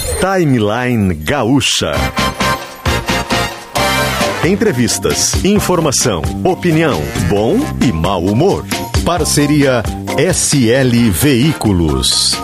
Timeline Gaúcha. Entrevistas, informação, opinião, bom e mau humor. Parceria SL Veículos.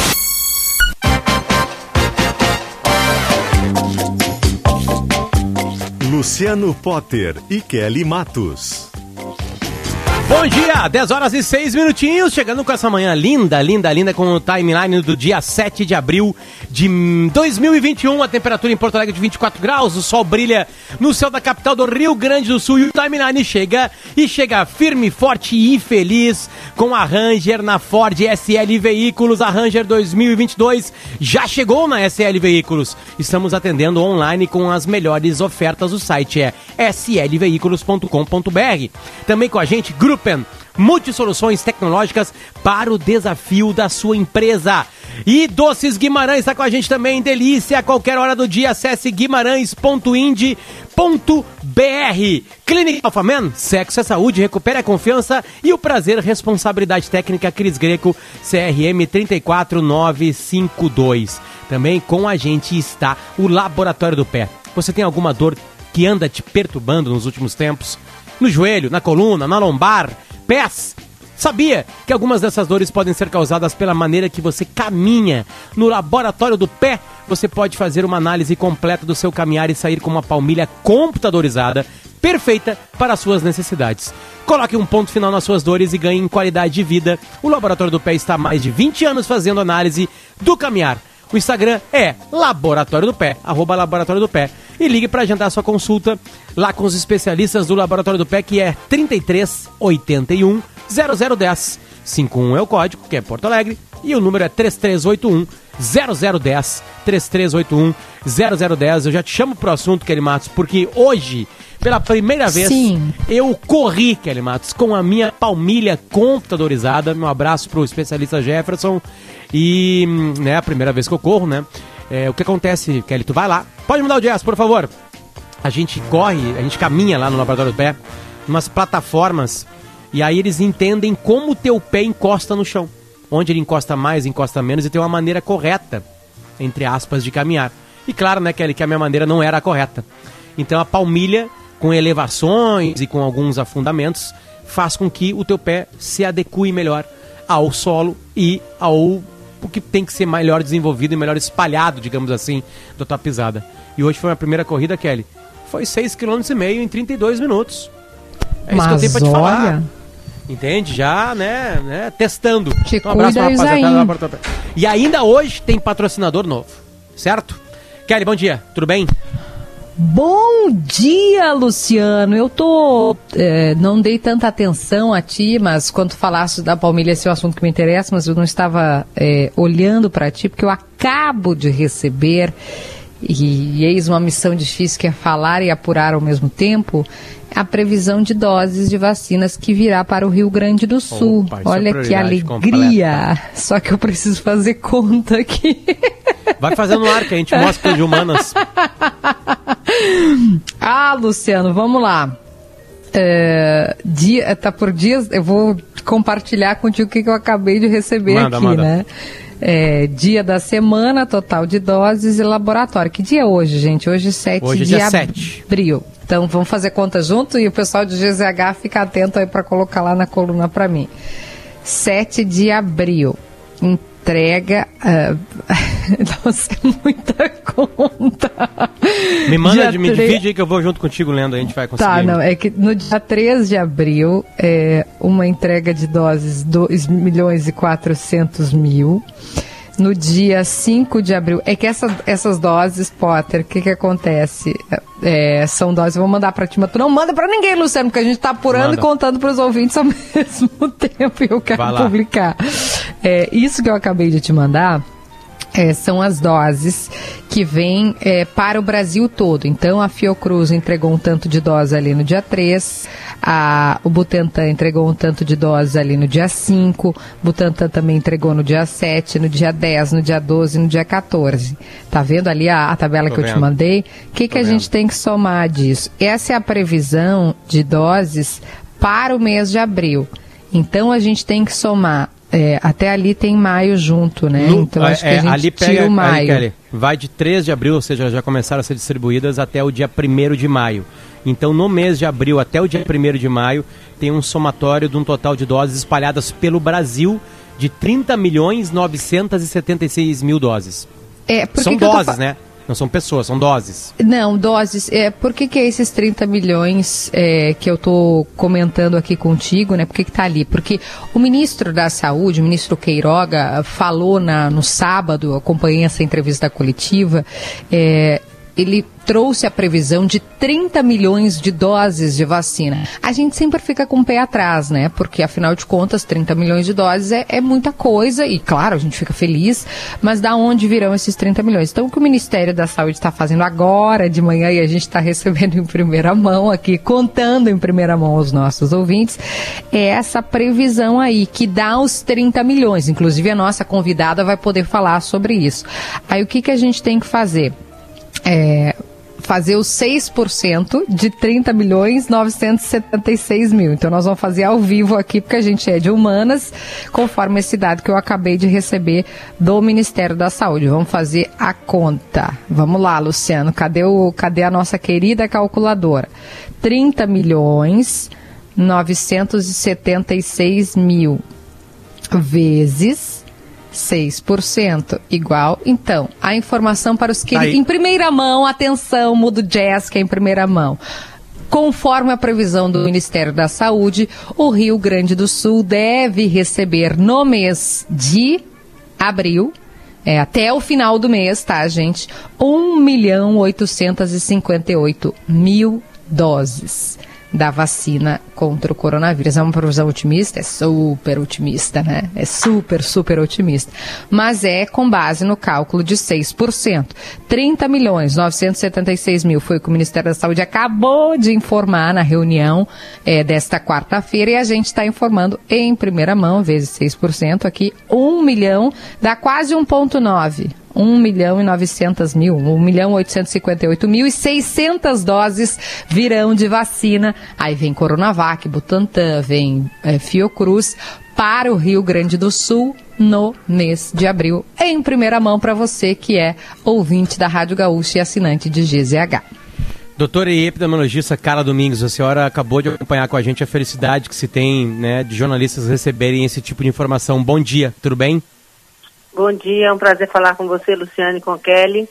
Luciano Potter e Kelly Matos. Bom dia, 10 horas e 6 minutinhos, chegando com essa manhã linda, linda, linda, com o timeline do dia 7 de abril de 2021, a temperatura em Porto Alegre de 24 graus, o sol brilha no céu da capital do Rio Grande do Sul e o timeline chega firme, forte e feliz com a Ranger na Ford SL Veículos. A Ranger 2022 já chegou na SL Veículos, estamos atendendo online com as melhores ofertas, o site é slveículos.com.br. Também com a gente, Gruppen, multisoluções tecnológicas para o desafio da sua empresa. E Doces Guimarães está com a gente também, delícia, a qualquer hora do dia, acesse guimarães.ind.br. Clínica Alphaman, sexo é saúde, recupere a confiança e o prazer, responsabilidade técnica, Cris Greco, CRM 34952. Também com a gente está o Laboratório do Pé. Você tem alguma dor que anda te perturbando nos últimos tempos? No joelho, na coluna, na lombar, pés? Sabia que algumas dessas dores podem ser causadas pela maneira que você caminha? No Laboratório do Pé, você pode fazer uma análise completa do seu caminhar e sair com uma palmilha computadorizada, perfeita para as suas necessidades. Coloque um ponto final nas suas dores e ganhe em qualidade de vida. O Laboratório do Pé está há mais de 20 anos fazendo análise do caminhar. O Instagram é Laboratório do Pé, @Laboratório do Pé. E ligue para agendar sua consulta lá com os especialistas do Laboratório do Pé, que é 33 81 0010. 51 é o código, que é Porto Alegre, e o número é 3381 0010. 3381 0010. Eu já te chamo pro assunto, Kelly Matos, porque hoje, pela primeira vez, eu corri, Kelly Matos, com a minha palmilha computadorizada. Meu abraço pro especialista Jefferson. E, né, a primeira vez que eu corro, né? O que acontece, Kelly? Tu vai lá, pode mudar o jazz, por favor. A gente corre, a gente caminha lá no Laboratório do Pé, umas plataformas, e aí eles entendem como o teu pé encosta no chão. Onde ele encosta mais, encosta menos, e tem uma maneira correta, entre aspas, de caminhar. E claro, né, Kelly, que a minha maneira não era a correta. Então a palmilha, com elevações e com alguns afundamentos, faz com que o teu pé se adeque melhor ao solo e ao que tem que ser melhor desenvolvido e melhor espalhado, digamos assim, da tua pisada. E hoje foi a primeira corrida, Kelly. Foi 6,5 km em 32 minutos. É isso que eu tenho pra te falar. Entende? Já, né, testando. Então, um abraço pra rapaziada. E ainda hoje tem patrocinador novo, certo? Kelly, bom dia, tudo bem? Bom dia, Luciano. Eu não dei tanta atenção a ti, mas quando falaste da palmilha, esse é o assunto que me interessa, mas eu não estava olhando para ti, porque eu acabo de receber, e eis uma missão difícil que é falar e apurar ao mesmo tempo, a previsão de doses de vacinas que virá para o Rio Grande do Sul. Opa, olha que alegria! Completa. Só que eu preciso fazer conta aqui. Vai fazendo no ar que a gente mostra de humanas. Luciano, vamos lá. Tá por dias, eu vou compartilhar contigo o que eu acabei de receber manda. Né? Dia da semana, total de doses e laboratório. Que dia é hoje, gente? Hoje é 7 de abril. Então vamos fazer conta junto e o pessoal de GZH fica atento aí para colocar lá na coluna para mim. 7 de abril. Entrega. Nossa, é muita conta. Me divide aí que eu vou junto contigo lendo, a gente vai conseguir. Tá, não, é que no dia 3 de abril, uma entrega de doses 2.400.000. No dia 5 de abril, é que essas doses, Potter, o que acontece? São doses, eu vou mandar pra ti, mas tu não manda pra ninguém, Luciano, porque a gente tá apurando e contando pros ouvintes ao mesmo tempo e eu quero publicar. Isso que eu acabei de te mandar são as doses que vêm para o Brasil todo. Então, a Fiocruz entregou um tanto de dose ali no dia 3, o Butantan entregou um tanto de dose ali no dia 5, o Butantan também entregou no dia 7, no dia 10, no dia 12 e no dia 14. Tá vendo ali a tabela que eu te mandei? O que a gente tem que somar disso? Essa é a previsão de doses para o mês de abril. Então, a gente tem que somar Até ali tem maio junto, né? Então acho que a gente ali tira o maio. Ali, Kelly, vai de 3 de abril, ou seja, já começaram a ser distribuídas até o dia 1º de maio. Então, no mês de abril até o dia 1º de maio, tem um somatório de um total de doses espalhadas pelo Brasil de 30.976.000 doses. São doses, né? Não são pessoas, são doses. Não, doses. Por que é esses 30 milhões que eu estou comentando aqui contigo, né? Por que está ali? Porque o ministro da Saúde, o ministro Queiroga, falou no sábado, acompanhei essa entrevista coletiva, ele trouxe a previsão de 30 milhões de doses de vacina. A gente sempre fica com o pé atrás, né? Porque, afinal de contas, 30 milhões de doses é muita coisa e, claro, a gente fica feliz, mas da onde virão esses 30 milhões? Então, o que o Ministério da Saúde está fazendo agora de manhã e a gente está recebendo em primeira mão aqui, contando em primeira mão aos nossos ouvintes, é essa previsão aí, que dá os 30 milhões. Inclusive, a nossa convidada vai poder falar sobre isso. Aí, o que a gente tem que fazer? Fazer os 6% de 30.976.000. Então, nós vamos fazer ao vivo aqui, porque a gente é de humanas, conforme esse dado que eu acabei de receber do Ministério da Saúde. Vamos fazer a conta. Vamos lá, Luciano. Cadê a nossa querida calculadora? 30.976.000 vezes 6% igual. Então, a informação para os que... Em primeira mão, atenção, mudo jazz, que é em primeira mão. Conforme a previsão do Ministério da Saúde, o Rio Grande do Sul deve receber no mês de abril, até o final do mês, tá, gente? 1.858.000 doses da vacina contra o coronavírus. É uma previsão otimista? É super otimista, né? É super, super otimista. Mas é com base no cálculo de 6%. 30.976.000 foi o que o Ministério da Saúde acabou de informar na reunião desta quarta-feira, e a gente está informando em primeira mão, vezes 6% aqui, 1 milhão, dá quase 1,9. 1.900.000, 1.858.600 doses virão de vacina. Aí vem Coronavac, Butantan, vem Fiocruz para o Rio Grande do Sul no mês de abril. Em primeira mão para você que é ouvinte da Rádio Gaúcha e assinante de GZH. Doutora e epidemiologista Carla Domingos, a senhora acabou de acompanhar com a gente a felicidade que se tem, né, de jornalistas receberem esse tipo de informação. Bom dia, tudo bem? Bom dia, é um prazer falar com você, Luciane, e com Kelly.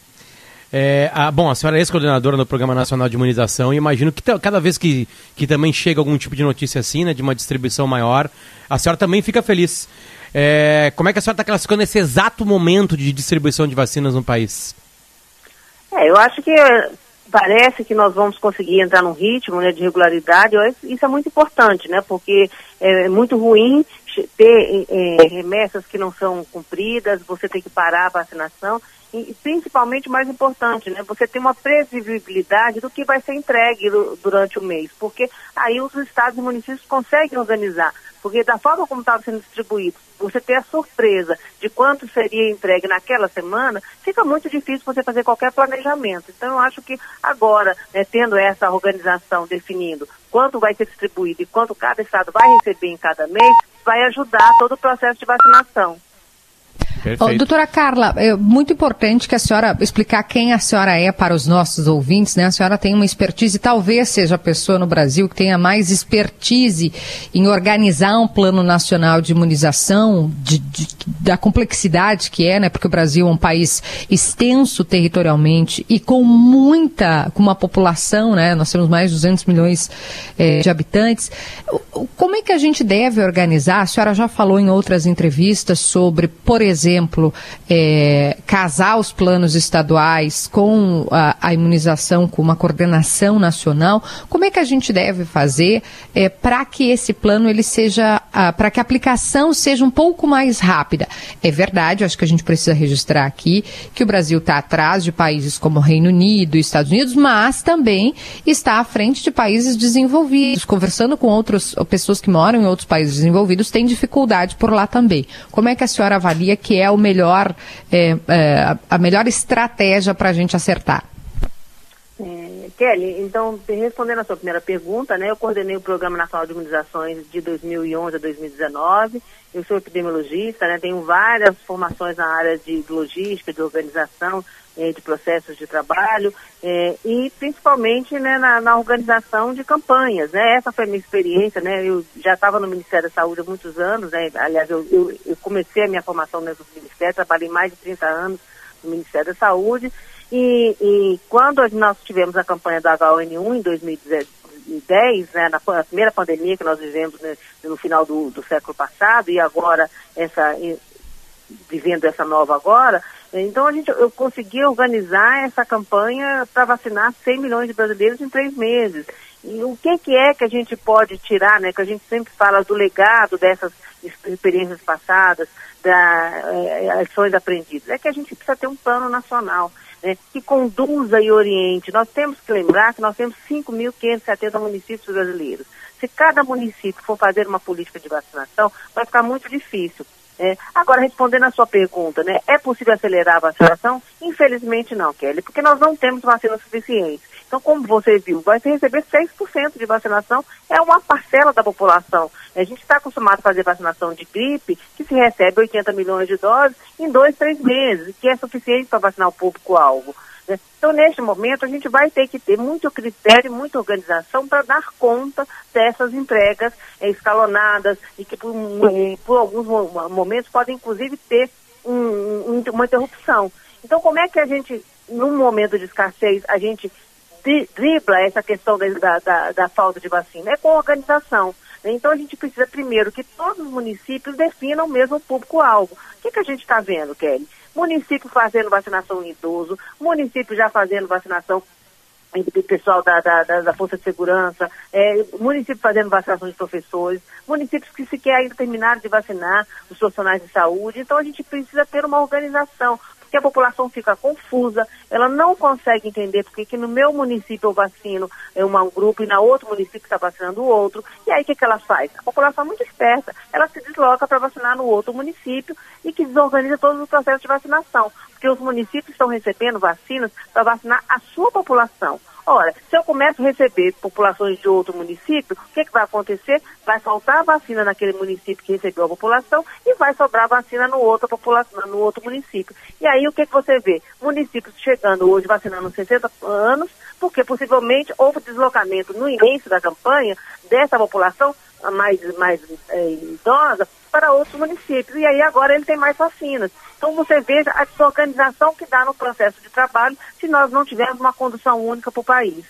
A senhora é ex-coordenadora do Programa Nacional de Imunização e imagino que cada vez que também chega algum tipo de notícia assim, né, de uma distribuição maior, a senhora também fica feliz. Como é que a senhora está classificando esse exato momento de distribuição de vacinas no país? Eu acho que parece que nós vamos conseguir entrar num ritmo, né, de regularidade. Isso é muito importante, né, porque é muito ruim ter remessas que não são cumpridas, você tem que parar a vacinação e principalmente, mais importante, né, você tem uma previsibilidade do que vai ser entregue durante o mês, porque aí os estados e municípios conseguem organizar, porque da forma como estava sendo distribuído, você ter a surpresa de quanto seria entregue naquela semana, fica muito difícil você fazer qualquer planejamento. Então, eu acho que agora, né, tendo essa organização definindo quanto vai ser distribuído e quanto cada estado vai receber em cada mês, vai ajudar todo o processo de vacinação. Doutora Carla, é muito importante que a senhora explicar quem a senhora é para os nossos ouvintes, né? A senhora tem uma expertise, talvez seja a pessoa no Brasil que tenha mais expertise em organizar um plano nacional de imunização, da complexidade que é, né? Porque o Brasil é um país extenso territorialmente e com uma população, né? Nós temos mais de 200 milhões de habitantes. Como é que a gente deve organizar? A senhora já falou em outras entrevistas sobre, por exemplo, casar os planos estaduais com a imunização, com uma coordenação nacional. Como é que a gente deve fazer para que esse plano ele seja, para que a aplicação seja um pouco mais rápida? É verdade, eu acho que a gente precisa registrar aqui que o Brasil está atrás de países como o Reino Unido e Estados Unidos, mas também está à frente de países desenvolvidos. Conversando com outras pessoas que moram em outros países desenvolvidos, tem dificuldade por lá também. Como é que a senhora avalia que é a melhor estratégia para a gente acertar? Kelly, então, respondendo a sua primeira pergunta, né, eu coordenei o Programa Nacional de Imunizações de 2011 a 2019, eu sou epidemiologista, né, tenho várias formações na área de logística, de organização, de processos de trabalho, e principalmente, né, na organização de campanhas, né, essa foi a minha experiência, né, eu já estava no Ministério da Saúde há muitos anos, né, aliás, eu comecei a minha formação dentro do Ministério, trabalhei mais de 30 anos no Ministério da Saúde, e quando nós tivemos a campanha do H1N1 em 2010, né, na primeira pandemia que nós vivemos, né, no final do século passado, e agora vivendo essa nova agora, então eu consegui organizar essa campanha para vacinar 100 milhões de brasileiros em 3 meses. E o que é que a gente pode tirar, né, que a gente sempre fala do legado dessas experiências passadas, das lições aprendidas, é que a gente precisa ter um plano nacional, né, que conduza e oriente. Nós temos que lembrar que nós temos 5.570 municípios brasileiros. Se cada município for fazer uma política de vacinação, vai ficar muito difícil. Agora, respondendo a sua pergunta, né, é possível acelerar a vacinação? Infelizmente não, Kelly, porque nós não temos vacina suficiente. Então, como você viu, vai se receber 6% de vacinação, é uma parcela da população. A gente está acostumado a fazer vacinação de gripe, que se recebe 80 milhões de doses em 2, 3 meses, que é suficiente para vacinar o público-alvo. Então, neste momento, a gente vai ter que ter muito critério, muita organização para dar conta dessas entregas escalonadas e que, por alguns momentos, podem, inclusive, ter uma interrupção. Então, como é que a gente, num momento de escassez, a gente dribla essa questão da falta de vacina? É com organização. Então, a gente precisa, primeiro, que todos os municípios definam mesmo o público-alvo. O que a gente está vendo, Kelly? Município fazendo vacinação em idoso, município já fazendo vacinação do pessoal da Força de Segurança, município fazendo vacinação de professores, municípios que sequer ainda terminaram de vacinar os profissionais de saúde. Então, a gente precisa ter uma organização, porque a população fica confusa, ela não consegue entender porque que no meu município eu vacino um grupo e na outro município está vacinando o outro. E aí o que ela faz? A população é muito esperta, ela se desloca para vacinar no outro município e que desorganiza todos os processos de vacinação, porque os municípios estão recebendo vacinas para vacinar a sua população. Ora, se eu começo a receber populações de outro município, o que vai acontecer? Vai faltar vacina naquele município que recebeu a população e vai sobrar vacina no outro município. E aí o que você vê? Municípios chegando hoje vacinando 60 anos, porque possivelmente houve deslocamento no início da campanha dessa população mais idosa para outros municípios. E aí agora ele tem mais vacinas. Então você veja a desorganização que dá no processo de trabalho se nós não tivermos uma condução única para o país.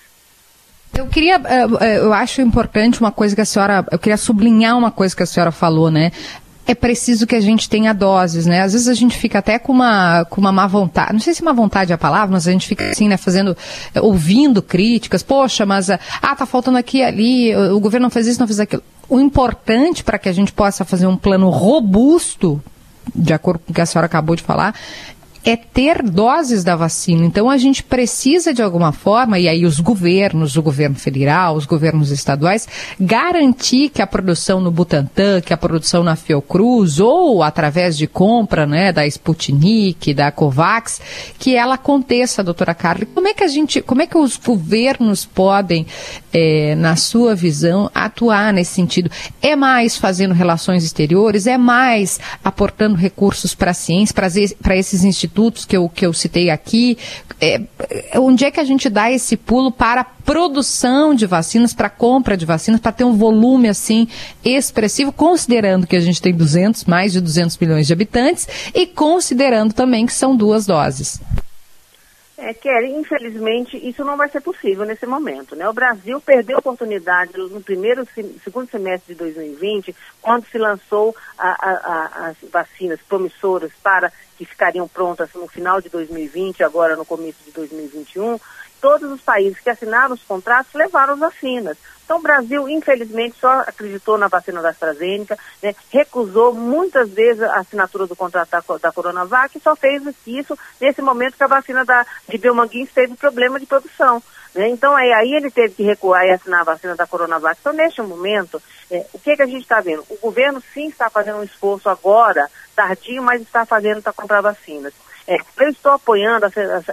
Eu acho importante uma coisa que eu queria sublinhar uma coisa que a senhora falou, né? É preciso que a gente tenha doses, né? Às vezes a gente fica até com uma má vontade, não sei se má vontade é a palavra, mas a gente fica assim, né, ouvindo críticas, poxa, mas, tá faltando aqui e ali, o governo não fez isso, não fez aquilo. O importante para que a gente possa fazer um plano robusto, de acordo com o que a senhora acabou de falar, é ter doses da vacina. Então a gente precisa de alguma forma, e aí os governos, o governo federal, os governos estaduais, garantir que a produção no Butantan, que a produção na Fiocruz, ou através de compra, né, da Sputnik, da Covax, que ela aconteça, doutora Carla. Como é que os governos podem, na sua visão, atuar nesse sentido? É mais fazendo relações exteriores? É mais aportando recursos para a ciência, para esses institutos que eu citei aqui? Onde é que a gente dá esse pulo para a produção de vacinas, para a compra de vacinas, para ter um volume assim expressivo, considerando que a gente tem mais de 200 milhões de habitantes e considerando também que são 2 doses? Kelly, infelizmente, isso não vai ser possível nesse momento, né? O Brasil perdeu a oportunidade no segundo semestre de 2020, quando se lançou as vacinas promissoras que ficariam prontas no final de 2020, agora no começo de 2021. Todos os países que assinaram os contratos levaram as vacinas. Então o Brasil, infelizmente, só acreditou na vacina da AstraZeneca, né? Recusou muitas vezes a assinatura do contrato da Coronavac e só fez isso nesse momento que a vacina de Biomanguinhos teve problema de produção, né? Então aí ele teve que recuar e assinar a vacina da Coronavac. Então neste momento, o que a gente está vendo? O governo sim está fazendo um esforço agora, tardio, mas está fazendo para comprar vacinas. Eu estou apoiando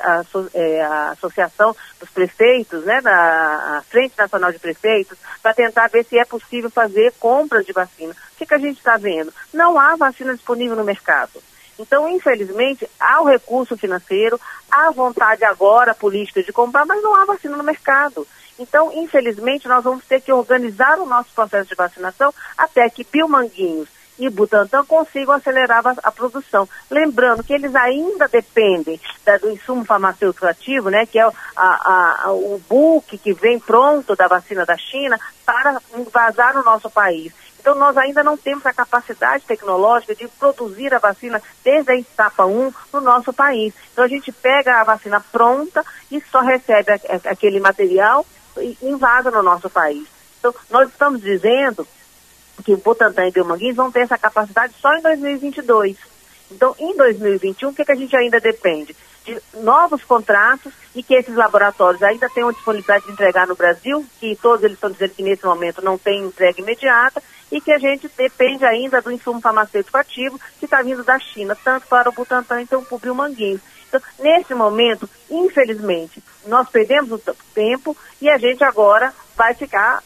a Associação dos Prefeitos, né, a Frente Nacional de Prefeitos, para tentar ver se é possível fazer compras de vacina. O que a gente está vendo? Não há vacina disponível no mercado. Então, infelizmente, há o recurso financeiro, há vontade agora política de comprar, mas não há vacina no mercado. Então, infelizmente, nós vamos ter que organizar o nosso processo de vacinação até que Biomanguinhos e Butantan consigam acelerar a produção. Lembrando que eles ainda dependem do insumo farmacêutico ativo, né, que é o bulk que vem pronto da vacina da China para invasar no nosso país. Então, nós ainda não temos a capacidade tecnológica de produzir a vacina desde a etapa 1 no nosso país. Então, a gente pega a vacina pronta e só recebe aquele material e invasa no nosso país. Então, nós estamos dizendo que o Butantan e Biomanguinhos vão ter essa capacidade só em 2022. Então, em 2021, o que a gente ainda depende? De novos contratos e que esses laboratórios ainda tenham disponibilidade de entregar no Brasil, que todos eles estão dizendo que nesse momento não tem entrega imediata, e que a gente depende ainda do insumo farmacêutico ativo que está vindo da China, tanto para o Butantan quanto para o Biomanguinhos. Então, nesse momento, infelizmente, nós perdemos o tempo e a gente agora vai ficar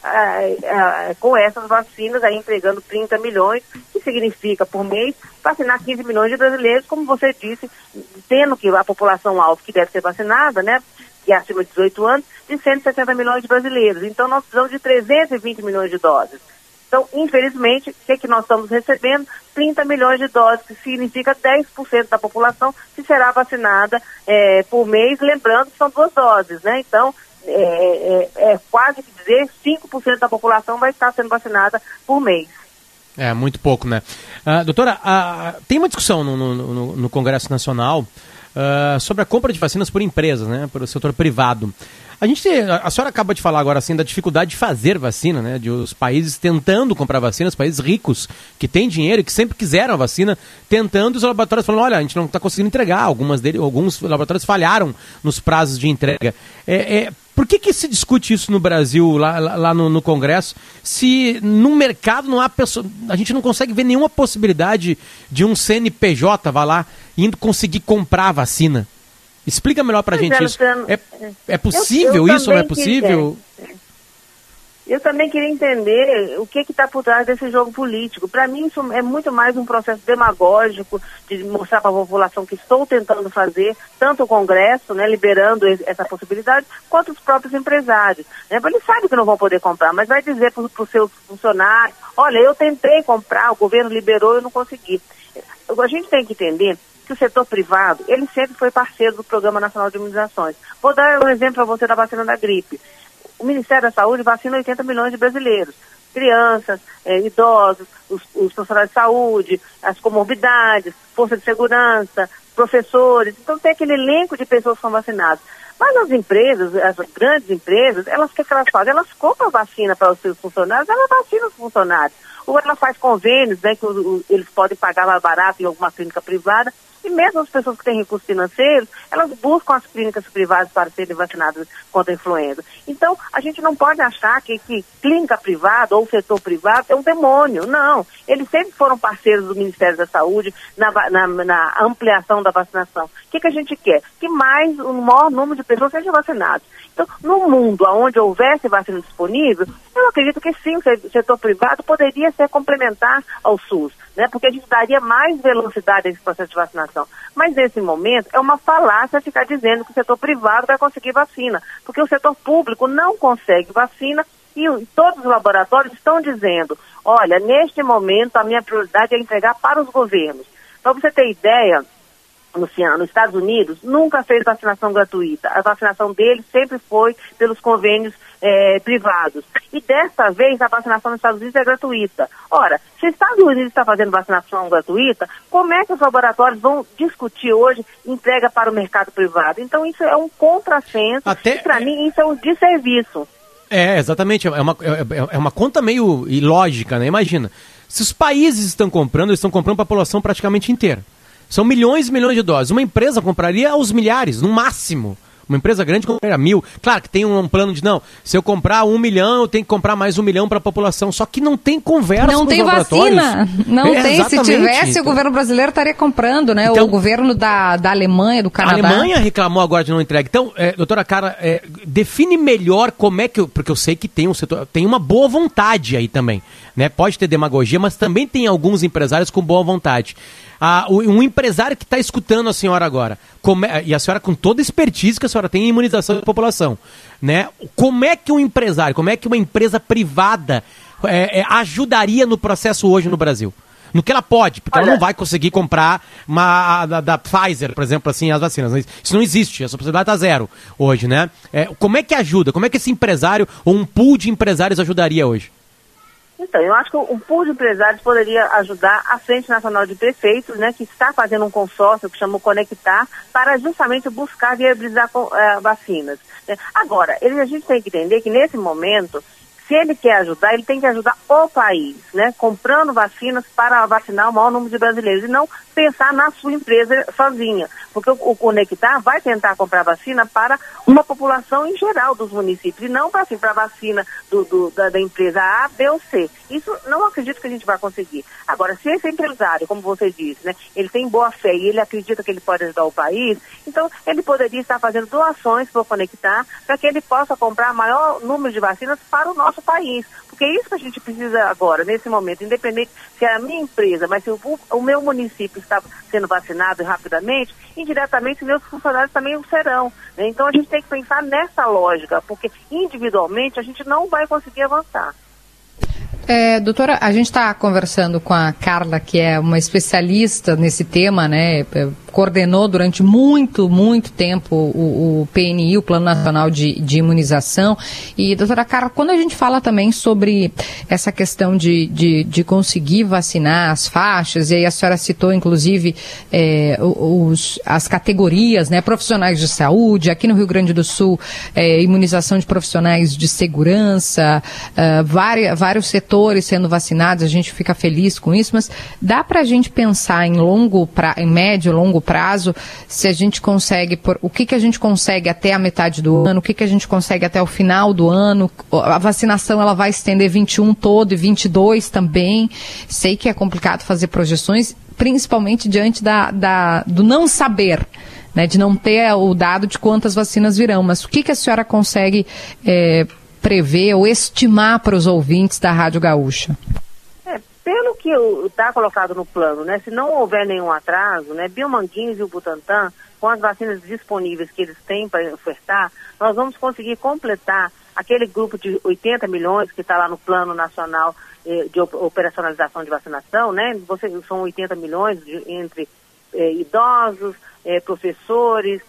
com essas vacinas aí entregando 30 milhões, que significa por mês vacinar 15 milhões de brasileiros, como você disse, tendo que a população alvo que deve ser vacinada, né, que é acima de 18 anos, de 160 milhões de brasileiros. Então nós precisamos de 320 milhões de doses. Então, infelizmente, o que nós estamos recebendo? 30 milhões de doses, que significa 10% da população que será vacinada por mês, lembrando que são 2 doses, né? Então, quase que dizer, 5% da população vai estar sendo vacinada por mês. É, muito pouco, né? Doutora, tem uma discussão no Congresso Nacional sobre a compra de vacinas por empresas, né? Pelo setor privado. A senhora acaba de falar agora assim da dificuldade de fazer vacina, né? De os países tentando comprar vacinas, países ricos que têm dinheiro e que sempre quiseram a vacina, tentando, os laboratórios falando, olha, a gente não está conseguindo entregar, alguns laboratórios falharam nos prazos de entrega. Por que se discute isso no Brasil, lá no Congresso, se no mercado não há pessoa, a gente não consegue ver nenhuma possibilidade de um CNPJ, vá lá, indo conseguir comprar a vacina? Explica melhor pra gente isso. É possível isso ou não é possível? Eu também queria entender o que está por trás desse jogo político. Para mim, isso é muito mais um processo demagógico de mostrar para a população que estou tentando fazer, tanto o Congresso, né, liberando essa possibilidade, quanto os próprios empresários. Né? Eles sabem que não vão poder comprar, mas vai dizer para os seus funcionários, olha, eu tentei comprar, o governo liberou, eu não consegui. A gente tem que entender que o setor privado, ele sempre foi parceiro do Programa Nacional de Imunizações. Vou dar um exemplo para você da vacina da gripe. O Ministério da Saúde vacina 80 milhões de brasileiros. Crianças, idosos, os profissionais de saúde, as comorbidades, força de segurança, professores. Então tem aquele elenco de pessoas que são vacinadas. Mas as empresas, as grandes empresas, o que elas fazem? Elas compram vacina para os seus funcionários, elas vacinam os funcionários. Ou ela faz convênios, né, que eles podem pagar mais barato em alguma clínica privada. E mesmo as pessoas que têm recursos financeiros, elas buscam as clínicas privadas para serem vacinadas contra a influenza. Então, a gente não pode achar que clínica privada ou setor privado é um demônio. Não. Eles sempre foram parceiros do Ministério da Saúde na ampliação da vacinação. O que a gente quer? Que o maior número de pessoas sejam vacinadas. Então, no mundo onde houvesse vacina disponível, eu acredito que sim, o setor privado poderia ser complementar ao SUS, né? Porque a gente daria mais velocidade a esse processo de vacinação. Mas nesse momento é uma falácia ficar dizendo que o setor privado vai conseguir vacina, porque o setor público não consegue vacina e todos os laboratórios estão dizendo, olha, neste momento a minha prioridade é entregar para os governos. Para você ter ideia, Luciano, nos Estados Unidos nunca fez vacinação gratuita. A vacinação deles sempre foi pelos convênios privados. E dessa vez a vacinação nos Estados Unidos é gratuita. Ora, se os Estados Unidos está fazendo vacinação gratuita, como é que os laboratórios vão discutir hoje entrega para o mercado privado? Então isso é um contrassenso e para mim isso é um desserviço. Exatamente. É uma conta meio ilógica, né? Imagina, se os países estão comprando, eles estão comprando para a população praticamente inteira. São milhões e milhões de doses. Uma empresa compraria aos milhares, no máximo. Uma empresa grande compra 1.000. Claro que tem um plano de, não, se eu comprar 1 milhão, eu tenho que comprar mais 1 milhão para a população. Só que não tem conversa com os laboratórios. Não tem vacina. Não tem. Exatamente. Se tivesse, o governo brasileiro estaria comprando, né? Então, o governo da Alemanha, do Canadá. A Alemanha reclamou agora de não entrega. Então, doutora Carla, define melhor como é que... Porque eu sei que tem um setor... Tem uma boa vontade aí também, né? Pode ter demagogia, mas também tem alguns empresários com boa vontade. Um empresário que está escutando a senhora agora, e a senhora com toda a expertise que a senhora tem em imunização da população, né? Como é que um empresário, como é que uma empresa privada ajudaria no processo hoje no Brasil? No que ela pode, porque ela não vai conseguir comprar da Pfizer, por exemplo, assim, as vacinas. Isso não existe, essa possibilidade está zero hoje, né? Como é que ajuda? Como é que esse empresário ou um pool de empresários ajudaria hoje? Então, eu acho que um pool de empresários poderia ajudar a Frente Nacional de Prefeitos, né, que está fazendo um consórcio que chama Conectar, para justamente buscar viabilizar vacinas. Né? Agora, a gente tem que entender que nesse momento, se ele quer ajudar, ele tem que ajudar o país, né, comprando vacinas para vacinar o maior número de brasileiros e não pensar na sua empresa sozinha, porque o Conectar vai tentar comprar vacina para uma população em geral dos municípios e não para a vacina da empresa A, B ou C. Isso não acredito que a gente vai conseguir. Agora, se esse empresário, como você disse, né, ele tem boa fé e ele acredita que ele pode ajudar o país, então ele poderia estar fazendo doações para o Conectar para que ele possa comprar maior número de vacinas para o nosso país. Porque é isso que a gente precisa agora, nesse momento, independente se é a minha empresa, mas se o meu município está sendo vacinado rapidamente, indiretamente meus funcionários também o serão. Né? Então a gente tem que pensar nessa lógica, porque individualmente a gente não vai conseguir avançar. Doutora, a gente está conversando com a Carla, que é uma especialista nesse tema, né? Coordenou durante muito tempo o PNI, o Plano Nacional de Imunização. E, doutora Carla, quando a gente fala também sobre essa questão de conseguir vacinar as faixas, e aí a senhora citou, inclusive, as categorias, né? Profissionais de saúde, aqui no Rio Grande do Sul, imunização de profissionais de segurança, vários setores sendo vacinados, a gente fica feliz com isso, mas dá para a gente pensar em médio e longo prazo, se a gente consegue, o que a gente consegue até a metade do ano, o que a gente consegue até o final do ano, a vacinação ela vai estender 21 todo e 22 também, sei que é complicado fazer projeções, principalmente diante do não saber, né, de não ter o dado de quantas vacinas virão, mas o que a senhora consegue prever ou estimar para os ouvintes da Rádio Gaúcha? Pelo que está colocado no plano, né, se não houver nenhum atraso, né, Biomanguinhos e o Butantan, com as vacinas disponíveis que eles têm para ofertar, nós vamos conseguir completar aquele grupo de 80 milhões que está lá no Plano Nacional de Operacionalização de Vacinação, né, são 80 milhões entre idosos, professores,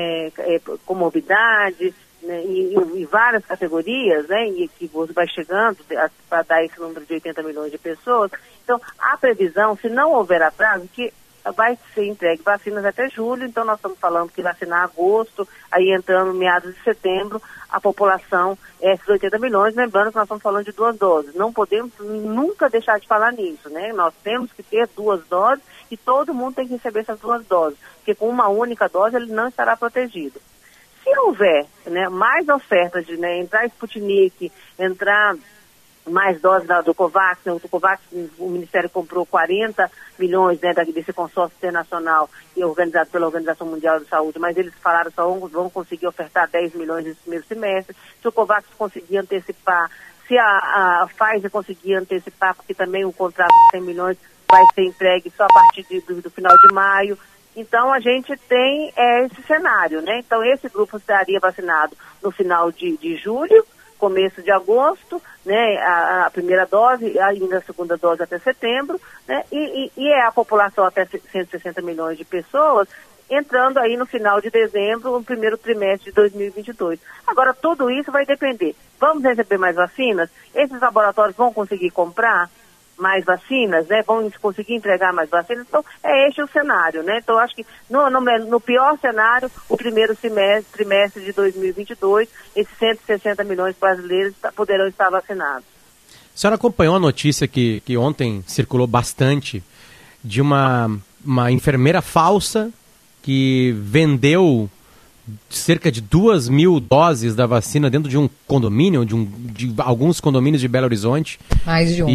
comorbidades, né, e várias categorias, né, e que você vai chegando para dar esse número de 80 milhões de pessoas. Então, a previsão, se não houver atraso, que vai ser entregue vacinas até julho, então nós estamos falando que vacinar agosto, aí entrando meados de setembro, a população, esses 80 milhões, lembrando que nós estamos falando de 2 doses. Não podemos nunca deixar de falar nisso, né? Nós temos que ter 2 doses e todo mundo tem que receber essas 2 doses, porque com uma única dose ele não estará protegido. Se houver, né, mais ofertas de, né, entrar Sputnik, entrar mais doses do Covax, né, do Covax o Ministério comprou 40 milhões, né, desse consórcio internacional e organizado pela Organização Mundial de Saúde, mas eles falaram que só vão conseguir ofertar 10 milhões nesse primeiro semestre. Se o Covax conseguir antecipar, se a Pfizer conseguir antecipar, porque também o contrato de 100 milhões vai ser entregue só a partir do final de maio. Então, a gente tem esse cenário, né? Então, esse grupo estaria vacinado no final de julho, começo de agosto, né? A primeira dose, ainda a segunda dose até setembro, né? E é a população até 160 milhões de pessoas entrando aí no final de dezembro, no primeiro trimestre de 2022. Agora, tudo isso vai depender. Vamos receber mais vacinas? Esses laboratórios vão conseguir comprar mais vacinas, né? Vão conseguir entregar mais vacinas. Então, este o cenário, né? Então, acho que no pior cenário, o primeiro trimestre de 2022, esses 160 milhões de brasileiros poderão estar vacinados. A senhora acompanhou a notícia que ontem circulou bastante de uma enfermeira falsa que vendeu cerca de 2.000 doses da vacina dentro de um condomínio, de alguns condomínios de Belo Horizonte. Mais de um.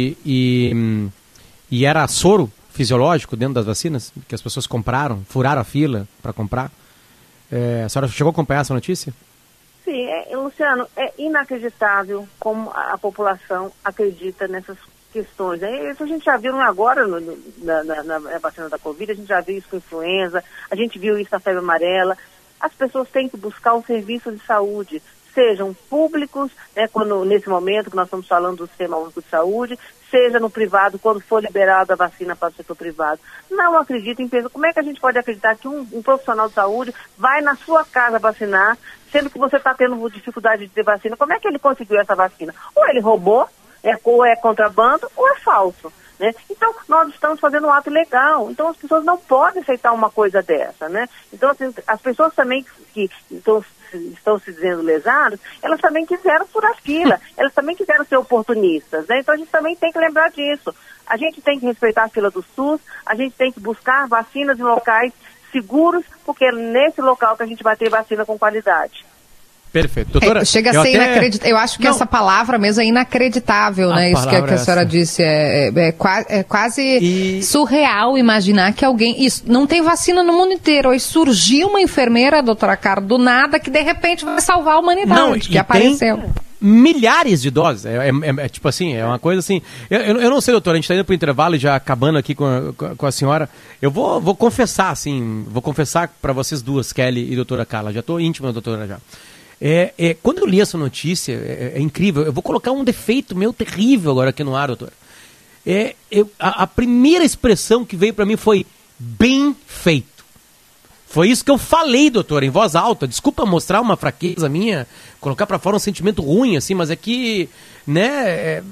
E era soro fisiológico dentro das vacinas, que as pessoas compraram, furaram a fila para comprar. A senhora chegou a acompanhar essa notícia? Sim, Luciano, é inacreditável como a população acredita nessas questões. Isso a gente já viu agora na vacina da Covid, a gente já viu isso com influenza, a gente viu isso na febre amarela. As pessoas têm que buscar um serviço de saúde, sejam públicos, né, nesse momento que nós estamos falando do Sistema Único de Saúde, seja no privado, quando for liberada a vacina para o setor privado. Não acredito em peso. Como é que a gente pode acreditar que um profissional de saúde vai na sua casa vacinar, sendo que você está tendo dificuldade de ter vacina? Como é que ele conseguiu essa vacina? Ou ele roubou, ou é contrabando, ou é falso. Né? Então, nós estamos fazendo um ato legal. Então, as pessoas não podem aceitar uma coisa dessa, né? Então, assim, as pessoas também que estão se dizendo lesadas, elas também quiseram furar fila, elas também quiseram ser oportunistas, né? Então, a gente também tem que lembrar disso. A gente tem que respeitar a fila do SUS, a gente tem que buscar vacinas em locais seguros, porque é nesse local que a gente vai ter vacina com qualidade. Perfeito. Doutora, chega a ser inacreditável. Eu acho que essa palavra mesmo é inacreditável, né? Isso que a senhora disse. É quase surreal imaginar que alguém... Isso, não tem vacina no mundo inteiro. Aí surgiu uma enfermeira, doutora Carla, do nada, que de repente vai salvar a humanidade, que apareceu. Milhares de doses. Tipo assim, é uma coisa assim... Eu não sei, doutora, a gente está indo para o intervalo e já acabando aqui com a senhora. Eu vou confessar, assim, para vocês duas, Kelly e doutora Carla. Já estou íntima da doutora já. Quando eu li essa notícia, é incrível. Eu vou colocar um defeito meu terrível agora aqui no ar, doutora. A primeira expressão que veio para mim foi bem feito. Foi isso que eu falei, doutora, em voz alta. Desculpa mostrar uma fraqueza minha, colocar para fora um sentimento ruim, assim, mas é que, né,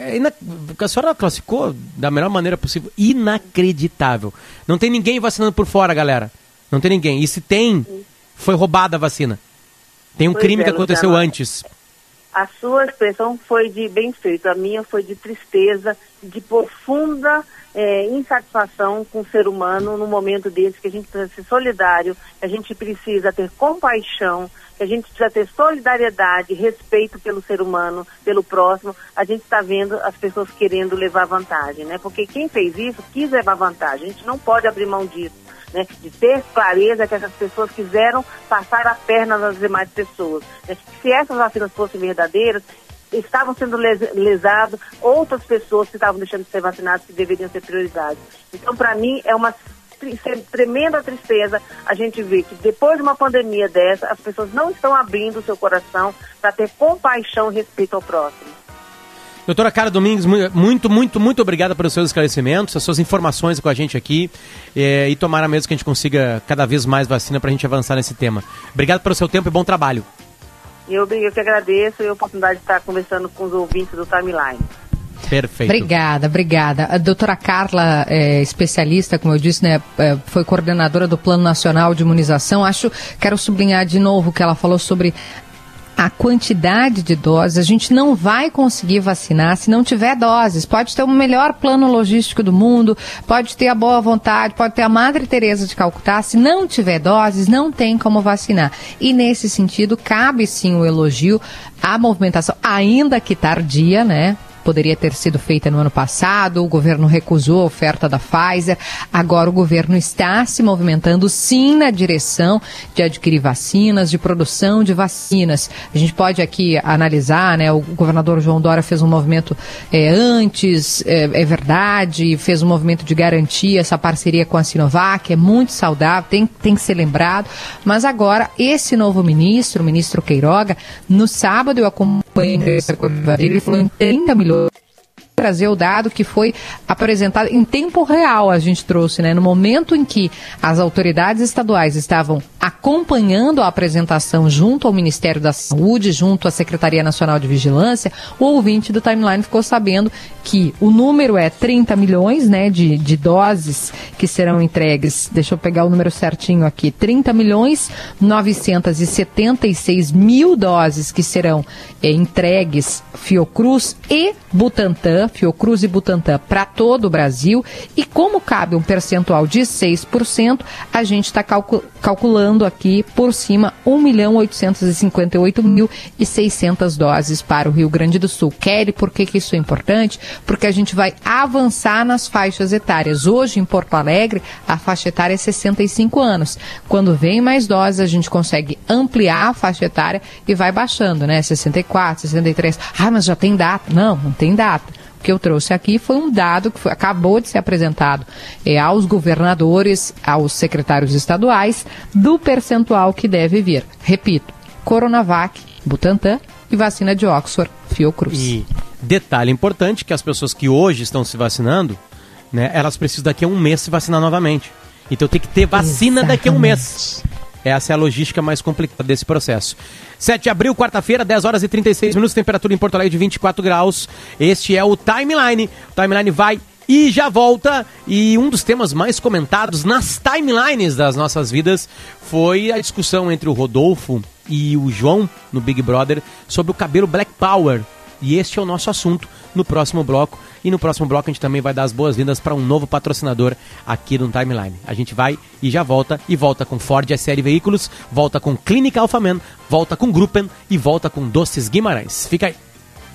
a senhora classificou da melhor maneira possível. Inacreditável. Não tem ninguém vacinando por fora, galera. Não tem ninguém. E se tem, foi roubada a vacina. Tem um crime que aconteceu antes. A sua expressão foi de bem feito, a minha foi de tristeza, de profunda insatisfação com o ser humano no momento desse, que a gente precisa ser solidário, que a gente precisa ter compaixão, que a gente precisa ter solidariedade, respeito pelo ser humano, pelo próximo. A gente está vendo as pessoas querendo levar vantagem, né? Porque quem fez isso quis levar vantagem, a gente não pode abrir mão disso. Né, de ter clareza que essas pessoas quiseram passar a perna nas demais pessoas. Né? Se essas vacinas fossem verdadeiras, estavam sendo lesadas outras pessoas que estavam deixando de ser vacinadas, que deveriam ser prioridade. Então, para mim, é uma tremenda tristeza a gente ver que depois de uma pandemia dessa, as pessoas não estão abrindo o seu coração para ter compaixão e respeito ao próximo. Doutora Carla Domingues, muito obrigada pelos seus esclarecimentos, as suas informações com a gente aqui e tomara mesmo que a gente consiga cada vez mais vacina para a gente avançar nesse tema. Obrigado pelo seu tempo e bom trabalho. Eu que agradeço e a oportunidade de estar conversando com os ouvintes do Timeline. Perfeito. Obrigada. A doutora Carla é especialista, como eu disse, né, foi coordenadora do Plano Nacional de Imunização. Quero sublinhar de novo o que ela falou sobre a quantidade de doses. A gente não vai conseguir vacinar se não tiver doses. Pode ter o melhor plano logístico do mundo, pode ter a boa vontade, pode ter a Madre Teresa de Calcutá. Se não tiver doses, não tem como vacinar. E nesse sentido, cabe sim o elogio à movimentação, ainda que tardia, né? Poderia ter sido feita no ano passado, o governo recusou a oferta da Pfizer, agora o governo está se movimentando sim na direção de adquirir vacinas, de produção de vacinas. A gente pode aqui analisar, né, o governador João Dória fez um movimento antes, é verdade, fez um movimento de garantir essa parceria com a Sinovac, é muito saudável, tem que ser lembrado, mas agora esse novo ministro, o ministro Queiroga, no sábado eu acompanhei essa coisa dele, ele falou em 30 milhões. Trazer o dado que foi apresentado em tempo real, a gente trouxe, né? No momento em que as autoridades estaduais estavam acompanhando a apresentação junto ao Ministério da Saúde, junto à Secretaria Nacional de Vigilância, o ouvinte do Timeline ficou sabendo que o número é 30 milhões, né, de doses que serão entregues. Deixa eu pegar o número certinho aqui. 30.976.000 doses que serão entregues Fiocruz e Butantan, para todo o Brasil, e como cabe um percentual de 6%, a gente está calculando mandando aqui por cima 1.858.600 doses para o Rio Grande do Sul. Kelly, por que isso é importante? Porque a gente vai avançar nas faixas etárias. Hoje, em Porto Alegre, a faixa etária é 65 anos. Quando vem mais doses, a gente consegue ampliar a faixa etária e vai baixando, né? 64, 63. Ah, mas já tem data. Não tem data. O que eu trouxe aqui foi um dado que acabou de ser apresentado aos governadores, aos secretários estaduais, do percentual que deve vir. Repito, Coronavac, Butantan e vacina de Oxford, Fiocruz. E detalhe importante, que as pessoas que hoje estão se vacinando, né, elas precisam daqui a um mês se vacinar novamente. Então tem que ter vacina daqui a um mês. Essa é a logística mais complicada desse processo. 7 de abril, quarta-feira, 10 horas e 36 minutos, temperatura em Porto Alegre de 24 graus. Este é o Timeline. O Timeline vai e já volta. E um dos temas mais comentados nas timelines das nossas vidas foi a discussão entre o Rodolfo e o João no Big Brother sobre o cabelo Black Power. E este é o nosso assunto no próximo bloco. E no próximo bloco a gente também vai dar as boas-vindas para um novo patrocinador aqui no Timeline. A gente vai e já volta. E volta com Ford SL Veículos, volta com Clínica Alphaman, volta com Gruppen e volta com Doces Guimarães. Fica aí.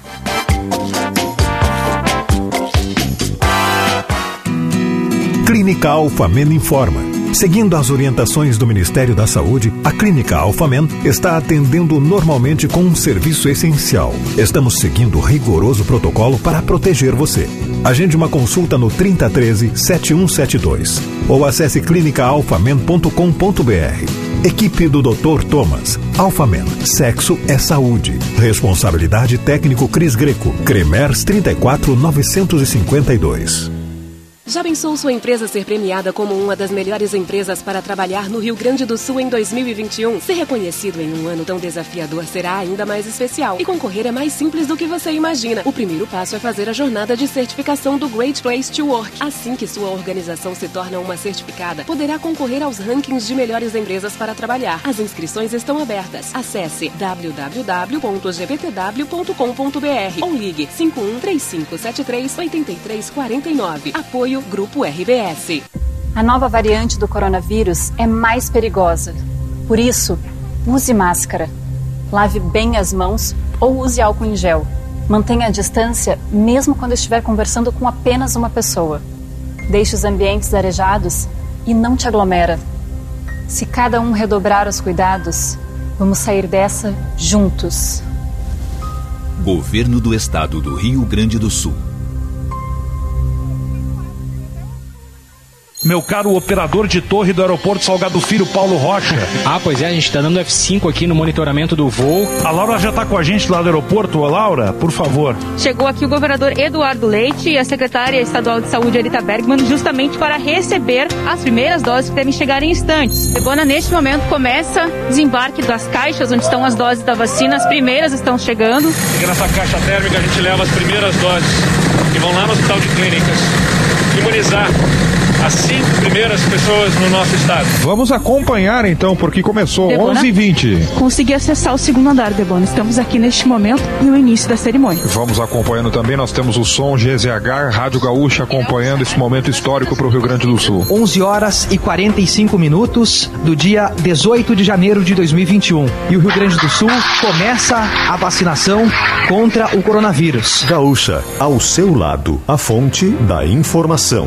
Clínica Alphaman informa. Seguindo as orientações do Ministério da Saúde, a Clínica Alphaman está atendendo normalmente com um serviço essencial. Estamos seguindo rigoroso protocolo para proteger você. Agende uma consulta no 3013-7172 ou acesse clinicaalphaman.com.br. Equipe do Dr. Thomas. Alphaman. Sexo é saúde. Responsabilidade técnico Cris Greco. Cremers 34952. Já pensou sua empresa ser premiada como uma das melhores empresas para trabalhar no Rio Grande do Sul em 2021? Ser reconhecido em um ano tão desafiador será ainda mais especial. E concorrer é mais simples do que você imagina. O primeiro passo é fazer a jornada de certificação do Great Place to Work. Assim que sua organização se torna uma certificada, poderá concorrer aos rankings de melhores empresas para trabalhar. As inscrições estão abertas. Acesse www.gbtw.com.br ou ligue 513573-8349. Apoio Grupo RBS. A nova variante do coronavírus é mais perigosa. Por isso, use máscara. Lave bem as mãos ou use álcool em gel. Mantenha a distância mesmo quando estiver conversando com apenas uma pessoa. Deixe os ambientes arejados e não te aglomera. Se cada um redobrar os cuidados, vamos sair dessa juntos. Governo do Estado do Rio Grande do Sul. Meu caro operador de torre do aeroporto Salgado Filho, Paulo Rocha. Pois é, a gente tá dando F5 aqui no monitoramento do voo. A Laura já tá com a gente lá do aeroporto. Ô, Laura, por favor. Chegou aqui o governador Eduardo Leite e a secretária estadual de saúde, Elita Bergman, justamente para receber as primeiras doses que devem chegar em instantes. Debona, neste momento, começa o desembarque das caixas onde estão as doses da vacina. As primeiras estão chegando. E nessa caixa térmica a gente leva as primeiras doses que vão lá no Hospital de Clínicas imunizar as 5 primeiras pessoas no nosso estado. Vamos acompanhar então, porque começou 11h20. Consegui acessar o segundo andar, Debona. Estamos aqui neste momento no início da cerimônia. Vamos acompanhando também, nós temos o som GZH, Rádio Gaúcha, acompanhando esse momento histórico para o Rio Grande do Sul. 11 horas e 45 minutos do dia 18 de janeiro de 2021. E o Rio Grande do Sul começa a vacinação contra o coronavírus. Gaúcha, ao seu lado, a fonte da informação.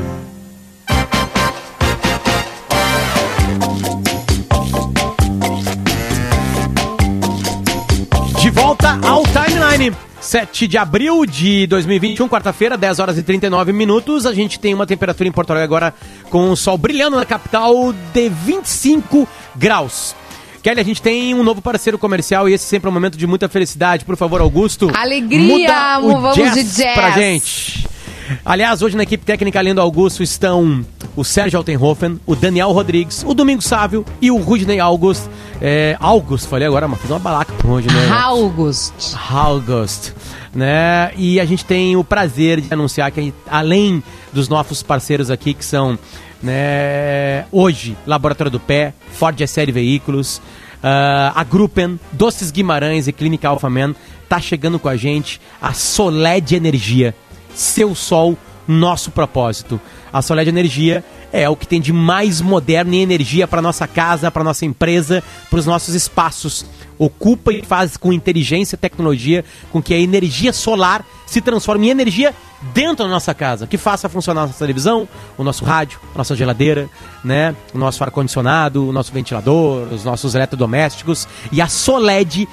De volta ao Timeline. 7 de abril de 2021, quarta-feira, 10 horas e 39 minutos. A gente tem uma temperatura em Porto Alegre agora com o sol brilhando na capital de 25 graus. Kelly, a gente tem um novo parceiro comercial e esse sempre é um momento de muita felicidade. Por favor, Augusto. Alegria, muda o vamos jazz de jazz pra gente. Aliás, hoje na equipe técnica, além do Augusto, estão o Sérgio Altenhofen, o Daniel Rodrigues, o Domingos Sávio e o Rudney August. August, falei agora, mas fiz uma balaca pro Rudney. August, né? E a gente tem o prazer de anunciar que, além dos nossos parceiros aqui, que são, né, hoje, Laboratório do Pé, Ford SL Veículos, a Gruppen, Doces Guimarães e Clínica Alphaman, tá chegando com a gente a Soled Energia. Seu sol, nosso propósito. A Soled Energia é o que tem de mais moderno em energia para nossa casa, para nossa empresa, para os nossos espaços. Ocupa e faz com inteligência e tecnologia com que a energia solar se transforme em energia dentro da nossa casa, que faça funcionar a nossa televisão, o nosso rádio, a nossa geladeira, né? O nosso ar-condicionado, o nosso ventilador, os nossos eletrodomésticos. E a Soled,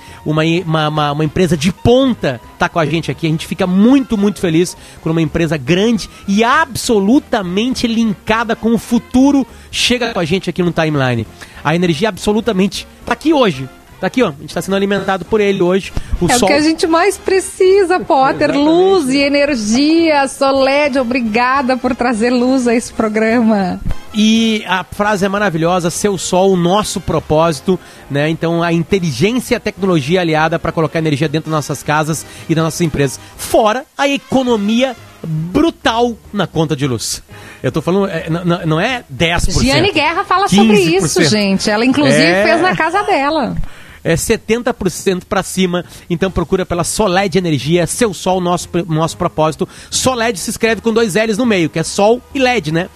uma empresa de ponta, está com a gente aqui. A gente fica muito, muito feliz quando uma empresa grande e absolutamente linkada com o futuro chega com a gente aqui no Timeline. A energia absolutamente está aqui hoje. Tá aqui, ó, a gente tá sendo alimentado por ele hoje. É sol... o que a gente mais precisa, Potter. Exatamente. Luz e energia. Soled, obrigada por trazer luz a esse programa. E a frase é maravilhosa: seu sol, o nosso propósito, né? Então a inteligência e a tecnologia aliada para colocar energia dentro das nossas casas e das nossas empresas. Fora a economia brutal na conta de luz. Eu tô falando, não é 10%. Giane Guerra fala 15%. Sobre isso, gente. Ela inclusive fez na casa dela. É 70% para cima, então procura pela Soled Energia, seu sol, nosso propósito. Soled se escreve com 2 L's no meio, que é sol e LED, né?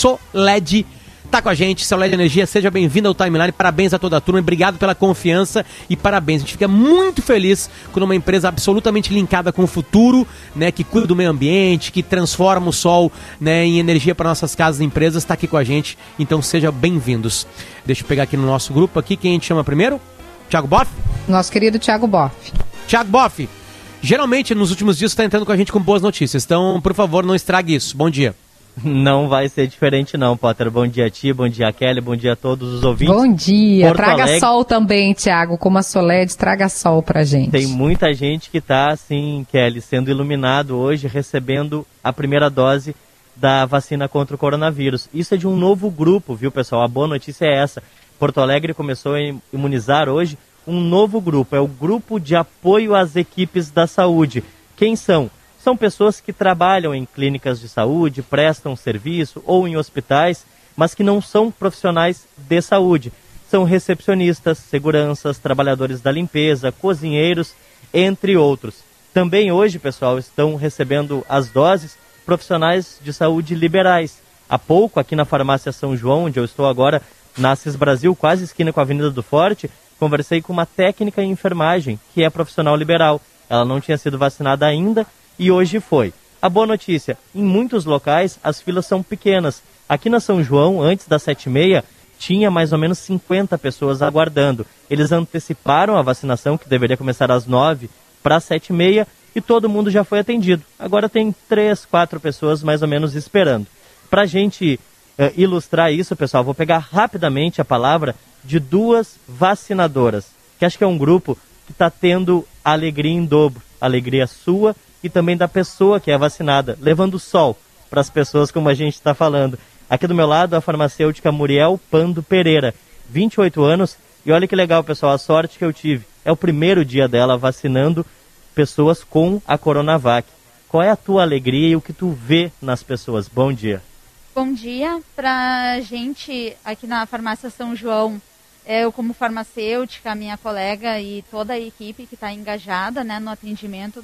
Soled tá com a gente, Soled Energia, seja bem-vindo ao Timeline, parabéns a toda a turma, obrigado pela confiança e parabéns. A gente fica muito feliz quando uma empresa absolutamente linkada com o futuro, né, que cuida do meio ambiente, que transforma o sol, né, em energia para nossas casas e empresas, tá aqui com a gente, então sejam bem-vindos. Deixa eu pegar aqui no nosso grupo aqui, quem a gente chama primeiro? Thiago Boff? Nosso querido Thiago Boff. Thiago Boff, geralmente nos últimos dias você está entrando com a gente com boas notícias, então por favor não estrague isso. Bom dia. Não vai ser diferente não, Potter. Bom dia a ti, bom dia a Kelly, bom dia a todos os ouvintes. Bom dia, Porto traga Alegre. Sol também, Thiago, como a Soled, traga sol pra gente. Tem muita gente que tá, assim, Kelly, sendo iluminado hoje, recebendo a primeira dose da vacina contra o coronavírus. Isso é de um novo grupo, viu, pessoal? A boa notícia é essa. Porto Alegre começou a imunizar hoje um novo grupo, é o Grupo de Apoio às Equipes da Saúde. Quem são? São pessoas que trabalham em clínicas de saúde, prestam serviço ou em hospitais, mas que não são profissionais de saúde. São recepcionistas, seguranças, trabalhadores da limpeza, cozinheiros, entre outros. Também hoje, pessoal, estão recebendo as doses profissionais de saúde liberais. Há pouco, aqui na Farmácia São João, onde eu estou agora, na Assis Brasil, quase esquina com a Avenida do Forte, conversei com uma técnica em enfermagem, que é profissional liberal. Ela não tinha sido vacinada ainda e hoje foi. A boa notícia, em muitos locais as filas são pequenas. Aqui na São João, antes das 7h30, tinha mais ou menos 50 pessoas aguardando. Eles anteciparam a vacinação, que deveria começar às 9 para as 7h30, e todo mundo já foi atendido. Agora tem 3, 4 pessoas mais ou menos esperando. Para a gente ilustrar isso, pessoal, vou pegar rapidamente a palavra de 2 vacinadoras, que acho que é um grupo que está tendo alegria em dobro, alegria sua e também da pessoa que é vacinada, levando sol para as pessoas como a gente está falando. Aqui do meu lado, a farmacêutica Muriel Pando Pereira, 28 anos, e olha que legal, pessoal, a sorte que eu tive. É o primeiro dia dela vacinando pessoas com a Coronavac. Qual é a tua alegria e o que tu vê nas pessoas? Bom dia. Bom dia. Para a gente aqui na Farmácia São João, eu como farmacêutica, minha colega e toda a equipe que está engajada, né, no atendimento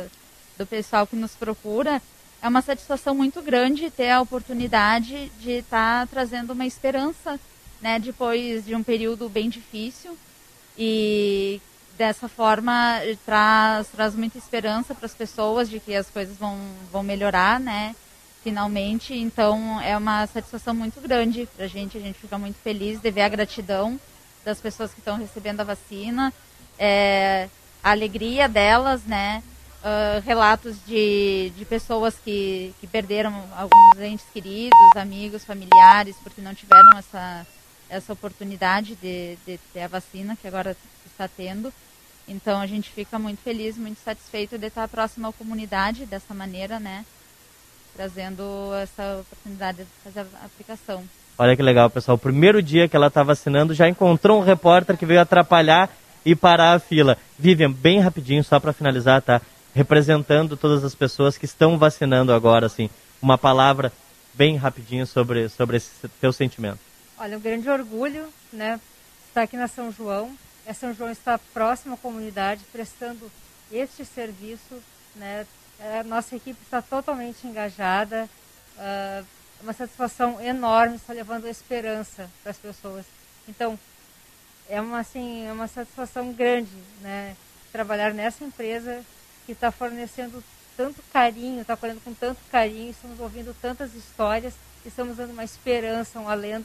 do pessoal que nos procura, é uma satisfação muito grande ter a oportunidade de estar trazendo uma esperança, né, depois de um período bem difícil, e dessa forma traz muita esperança para as pessoas de que as coisas vão melhorar, né, finalmente. Então é uma satisfação muito grande para a gente fica muito feliz de ver a gratidão das pessoas que estão recebendo a vacina, a alegria delas, né, relatos de pessoas que perderam alguns entes queridos, amigos, familiares, porque não tiveram essa oportunidade de ter a vacina que agora está tendo. Então a gente fica muito feliz, muito satisfeito de estar próximo à comunidade dessa maneira, né, trazendo essa oportunidade de fazer a aplicação. Olha que legal, pessoal. O primeiro dia que ela está vacinando, já encontrou um repórter que veio atrapalhar e parar a fila. Vivian, bem rapidinho, só para finalizar, tá? Representando todas as pessoas que estão vacinando agora, assim, uma palavra bem rapidinho sobre esse teu sentimento. Olha, um grande orgulho, né, estar aqui na São João. A São João está próxima à comunidade, prestando este serviço, né? A nossa equipe está totalmente engajada. é uma satisfação enorme estar levando esperança para as pessoas. Então, é uma satisfação grande, né, trabalhar nessa empresa que está fornecendo tanto carinho, está acolhendo com tanto carinho, estamos ouvindo tantas histórias, estamos dando uma esperança, um alento.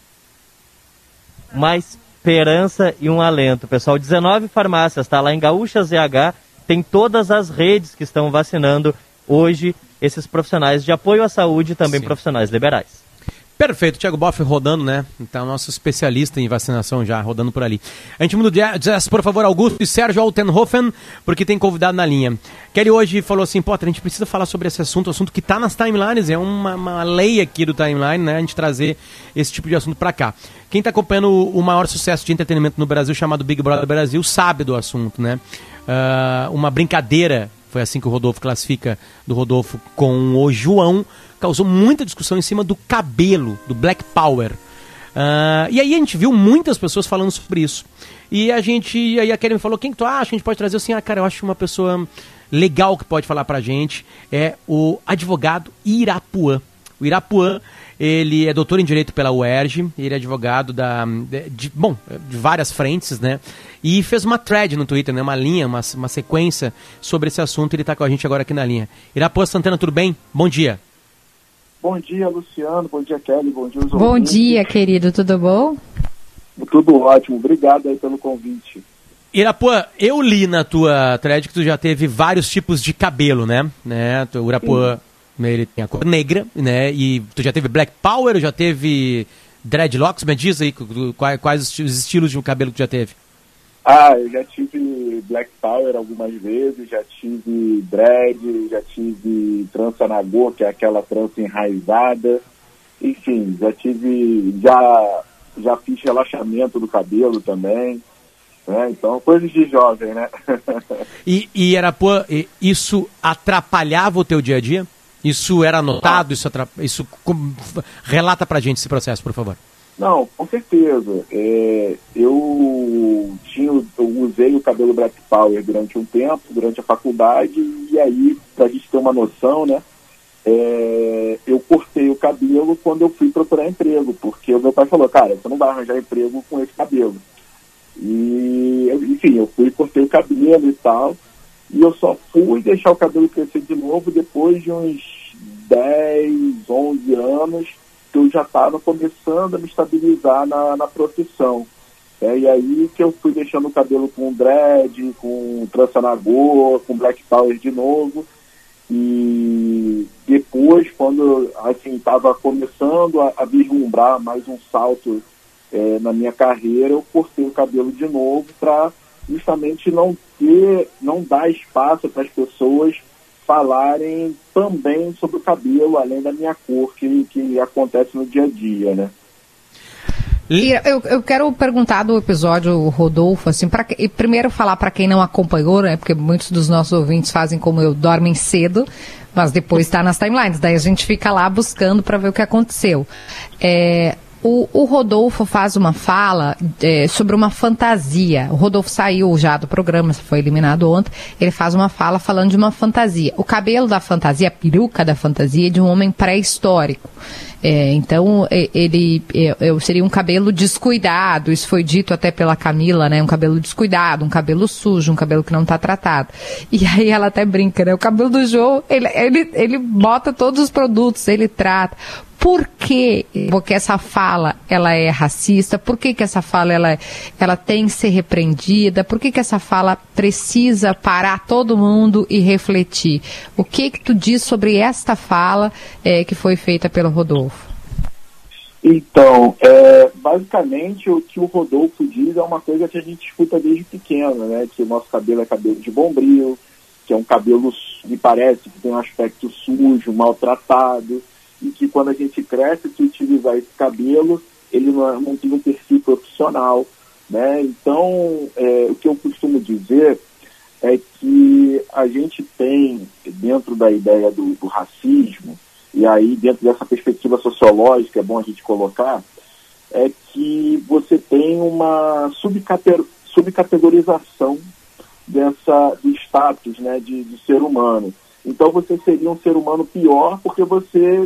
Uma esperança e um alento, pessoal. 19 farmácias, tá lá em Gaúcha ZH, tem todas as redes que estão vacinando hoje esses profissionais de apoio à saúde e também profissionais liberais. Perfeito, Thiago Boff rodando, né? Então, nosso especialista em vacinação já rodando por ali. A gente muda o jazz, por favor, Augusto e Sérgio Altenhofen, porque tem convidado na linha. Kelly hoje falou assim, Potter, a gente precisa falar sobre esse assunto que está nas timelines, é uma lei aqui do timeline, né? A gente trazer esse tipo de assunto para cá. Quem está acompanhando o maior sucesso de entretenimento no Brasil, chamado Big Brother Brasil, sabe do assunto, né? Uma brincadeira, foi assim que o Rodolfo classifica, do Rodolfo com o João, causou muita discussão em cima do cabelo, do Black Power. E aí a gente viu muitas pessoas falando sobre isso. E aí a Kelly me falou, quem que tu acha? A gente pode trazer assim, cara, eu acho uma pessoa legal que pode falar pra gente, é o advogado Irapuã. O Irapuã, ele é doutor em Direito pela UERJ, ele é advogado de várias frentes, né? E fez uma thread no Twitter, né? Uma linha, uma sequência sobre esse assunto, ele tá com a gente agora aqui na linha. Irapuã Santana, tudo bem? Bom dia. Bom dia, Luciano. Bom dia, Kelly. Bom dia, os ouvintes. Bom dia, querido. Tudo bom? Tudo ótimo. Obrigado aí pelo convite. Irapuã, eu li na tua thread que tu já teve vários tipos de cabelo, né? O Irapuã, ele tem a cor negra, né? E tu já teve Black Power, já teve dreadlocks? Me diz aí quais os estilos de cabelo que tu já teve. Eu já tive Black Power algumas vezes, já tive dread, já tive trança nagô, que é aquela trança enraizada. Enfim, já fiz relaxamento do cabelo também, né? Então, coisas de jovem, né? E Irapuã, isso atrapalhava o teu dia a dia? Isso era notado? Relata pra gente esse processo, por favor. Não, com certeza. Eu usei o cabelo Black Power durante um tempo, durante a faculdade, e aí, pra gente ter uma noção, né, eu cortei o cabelo quando eu fui procurar emprego, porque o meu pai falou, cara, você não vai arranjar emprego com esse cabelo. E, enfim, eu fui e cortei o cabelo e tal, e eu só fui deixar o cabelo crescer de novo depois de uns 10, 11 anos, que eu já estava começando a me estabilizar na profissão. E aí que eu fui deixando o cabelo com dread, com trança nagô, com Black Power de novo. E depois, quando assim estava começando a vislumbrar mais um salto na minha carreira, eu cortei o cabelo de novo para justamente não dar espaço para as pessoas falarem também sobre o cabelo, além da minha cor, que acontece no dia a dia, né? Eu quero perguntar do episódio, Rodolfo, assim, primeiro falar para quem não acompanhou, né, porque muitos dos nossos ouvintes fazem como eu, dormem cedo, mas depois está nas timelines, daí a gente fica lá buscando para ver o que aconteceu. O Rodolfo faz uma fala sobre uma fantasia. O Rodolfo saiu já do programa, foi eliminado ontem. Ele faz uma fala falando de uma fantasia. O cabelo da fantasia, a peruca da fantasia é de um homem pré-histórico. Então, ele seria um cabelo descuidado. Isso foi dito até pela Camila, né? Um cabelo descuidado, um cabelo sujo, um cabelo que não está tratado. E aí ela até brinca, né? O cabelo do João, ele bota todos os produtos, ele trata. Por quê? Porque essa fala, ela é racista? Por que essa fala, ela tem que ser repreendida? Por que essa fala precisa parar todo mundo e refletir? O que tu diz sobre esta fala que foi feita pelo Rodolfo? Então, basicamente o que o Rodolfo diz é uma coisa que a gente escuta desde pequeno, né? Que o nosso cabelo é cabelo de bombril, que é um cabelo, me parece, que tem um aspecto sujo, maltratado, e que quando a gente cresce, que utilizar esse cabelo, ele não tem um perfil profissional, né? Então, o que eu costumo dizer é que a gente tem, dentro da ideia do racismo, e aí dentro dessa perspectiva sociológica, é bom a gente colocar, é que você tem uma subcategorização do status, né, de ser humano. Então você seria um ser humano pior porque você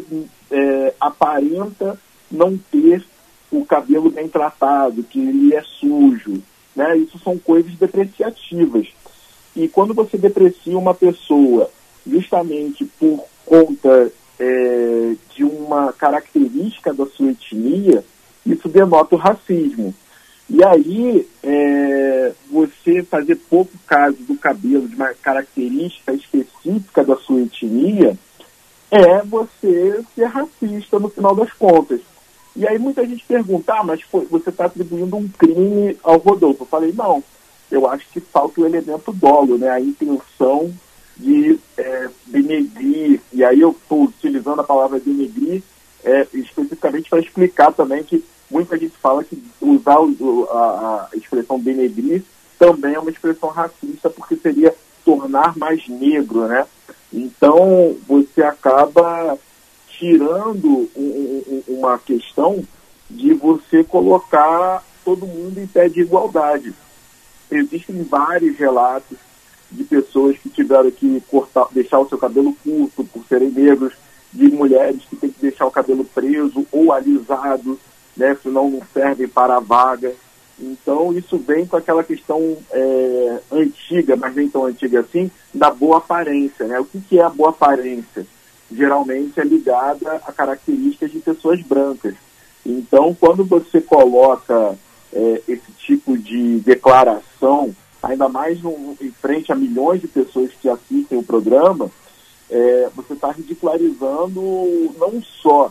aparenta não ter o cabelo bem tratado, que ele é sujo, né? Isso são coisas depreciativas. E quando você deprecia uma pessoa justamente por conta de uma característica da sua etnia, isso denota o racismo. E aí, você fazer pouco caso do cabelo, de uma característica específica da sua etnia, é você ser racista no final das contas. E aí muita gente pergunta, mas você está atribuindo um crime ao Rodolfo. Eu falei, não, eu acho que falta o elemento dolo, né? A intenção de denegrir, e aí eu estou utilizando a palavra denegrir especificamente para explicar também que muita gente fala que usar a expressão denegrir também é uma expressão racista, porque seria tornar mais negro, né? Então, você acaba tirando uma questão de você colocar todo mundo em pé de igualdade. Existem vários relatos de pessoas que tiveram que deixar o seu cabelo curto por serem negros, de mulheres que têm que deixar o cabelo preso ou alisado, né, senão não servem para a vaga. Então, isso vem com aquela questão antiga, mas nem tão antiga assim, da boa aparência, né? O que é a boa aparência? Geralmente é ligada a características de pessoas brancas. Então, quando você coloca esse tipo de declaração, ainda mais em frente a milhões de pessoas que assistem o programa, você está ridicularizando não só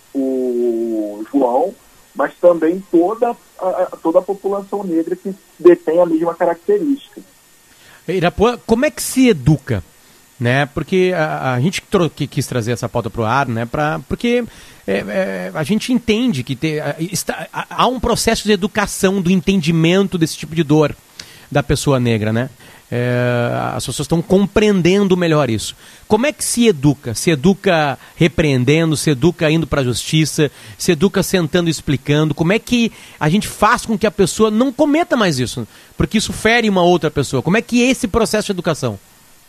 o João, mas também toda a população negra que detém a mesma característica. Irapuã, como é que se educa? Né? Porque a gente que quis trazer essa pauta para o ar, né? Porque a gente entende que há um processo de educação, do entendimento desse tipo de dor da pessoa negra, né? As pessoas estão compreendendo melhor isso. Como é que se educa? Se educa repreendendo, se educa indo para a justiça, se educa sentando e explicando. Como é que a gente faz com que a pessoa não cometa mais isso? Porque isso fere uma outra pessoa. Como é que é esse processo de educação?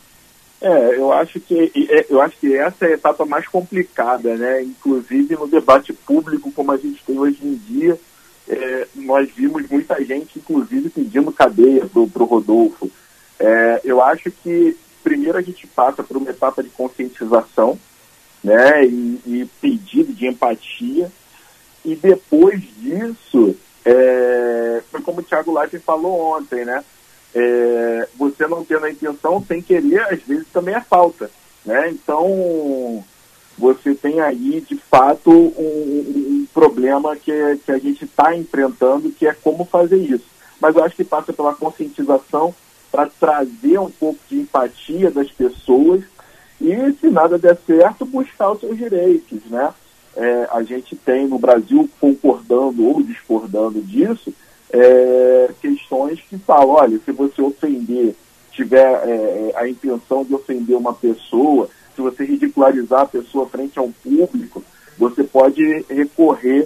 Eu acho que essa é a etapa mais complicada, né? Inclusive no debate público, como a gente tem hoje em dia, nós vimos muita gente, inclusive, pedindo cadeia pro Rodolfo. Eu acho que primeiro a gente passa por uma etapa de conscientização, né? E pedido de empatia, e depois disso, foi como o Thiago Leifert falou ontem, né? Você não tendo a intenção, sem querer, às vezes também é falta, né? Então, você tem aí, de fato, um problema que a gente está enfrentando, que é como fazer isso. Mas eu acho que passa pela conscientização, para trazer um pouco de empatia das pessoas e, se nada der certo, buscar os seus direitos, né? A gente tem no Brasil, concordando ou discordando disso, questões que falam, olha, se você ofender, tiver a intenção de ofender uma pessoa, se você ridicularizar a pessoa frente ao público, você pode recorrer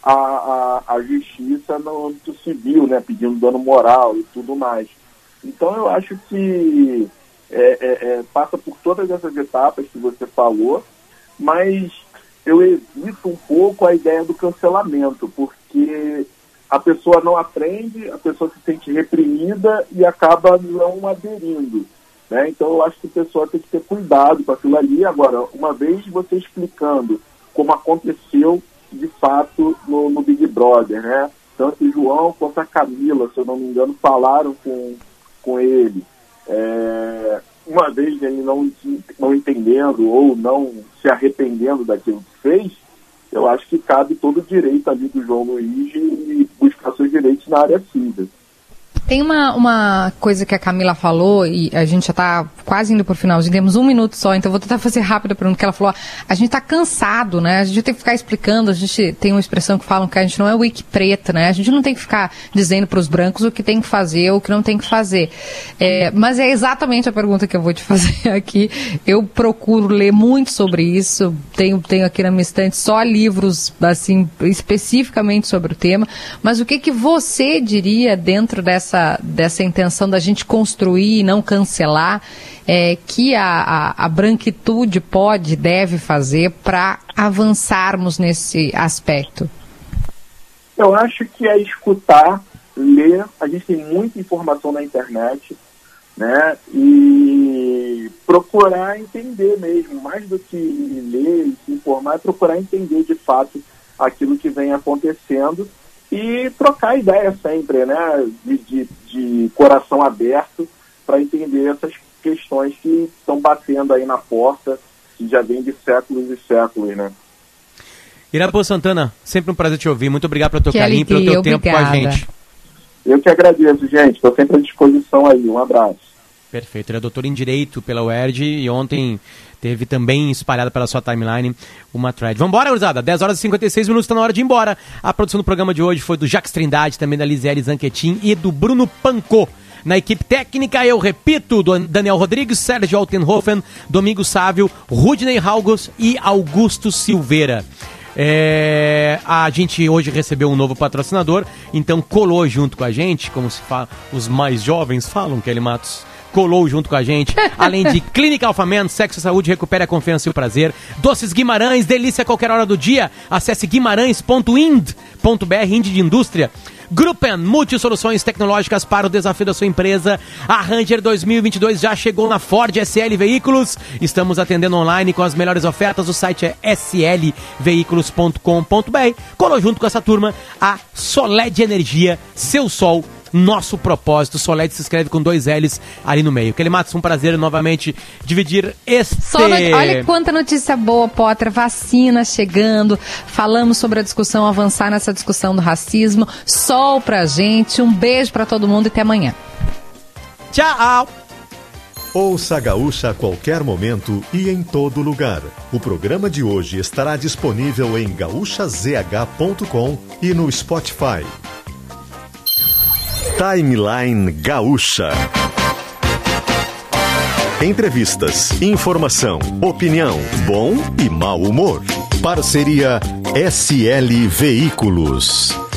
à justiça no âmbito civil, né, pedindo dano moral e tudo mais. Então eu acho que passa por todas essas etapas que você falou, mas eu evito um pouco a ideia do cancelamento, porque a pessoa não aprende, a pessoa se sente reprimida e acaba não aderindo, né? Então eu acho que a pessoa tem que ter cuidado com aquilo ali. Agora, uma vez você explicando como aconteceu de fato no Big Brother, né? Tanto o João quanto a Camila, se eu não me engano, falaram com ele. Uma vez ele não entendendo ou não se arrependendo daquilo que fez, eu acho que cabe todo o direito ali do João Luiz de buscar seus direitos na área civil. Tem uma coisa que a Camila falou, e a gente já está quase indo para o finalzinho, temos 1 minuto só, então vou tentar fazer rápido a pergunta que ela falou. A gente está cansado, né? A gente tem que ficar explicando, a gente tem uma expressão que falam que a gente não é wiki preta, né? A gente não tem que ficar dizendo para os brancos o que tem que fazer ou o que não tem que fazer. Mas é exatamente a pergunta que eu vou te fazer aqui. Eu procuro ler muito sobre isso, tenho aqui na minha estante só livros, assim, especificamente sobre o tema, mas o que você diria dentro dessa intenção da gente construir e não cancelar, que a branquitude deve fazer para avançarmos nesse aspecto? Eu acho que é escutar, ler. A gente tem muita informação na internet, né? E procurar entender mesmo, mais do que ler e se informar, é procurar entender de fato aquilo que vem acontecendo e trocar ideia sempre, né? De coração aberto para entender essas questões que estão batendo aí na porta, que já vem de séculos e séculos, né? Irapô Santana, sempre um prazer te ouvir. Muito obrigado pelo teu carinho, pelo teu tempo com a gente. Eu que agradeço, gente. Estou sempre à disposição aí. Um abraço. Perfeito. Ele é doutor em Direito pela UERJ e ontem teve também espalhada pela sua timeline uma thread. Vambora, gurizada. 10 horas e 56 minutos, está na hora de ir embora. A produção do programa de hoje foi do Jacques Trindade, também da Lisiele Zanquetin e do Bruno Pancô. Na equipe técnica, eu repito, Daniel Rodrigues, Sérgio Altenhofen, Domingos Sávio, Rudney Halgos e Augusto Silveira. A gente hoje recebeu um novo patrocinador, então colou junto com a gente, como se fala, os mais jovens falam, Kelly Matos, colou junto com a gente, além de Clínica Alphaman, Sexo e Saúde, recupere a confiança e o prazer, Doces Guimarães, delícia a qualquer hora do dia, acesse guimarães.ind.br, Ind de Indústria, Gruppen, multisoluções tecnológicas para o desafio da sua empresa. A Ranger 2022 já chegou na Ford SL Veículos. Estamos atendendo online com as melhores ofertas. O site é slveículos.com.br. Colou junto com essa turma a Soled Energia, seu sol, nosso propósito. Soled se escreve com 2 L's ali no meio. Kelly Matos, um prazer novamente dividir Olha quanta notícia boa, Potter. Vacina chegando. Falamos sobre a discussão, avançar nessa discussão do racismo. Sol pra gente. Um beijo pra todo mundo e até amanhã. Tchau! Ouça a Gaúcha a qualquer momento e em todo lugar. O programa de hoje estará disponível em gaúchazh.com e no Spotify. Timeline Gaúcha. Entrevistas, informação, opinião, bom e mau humor. Parceria SL Veículos.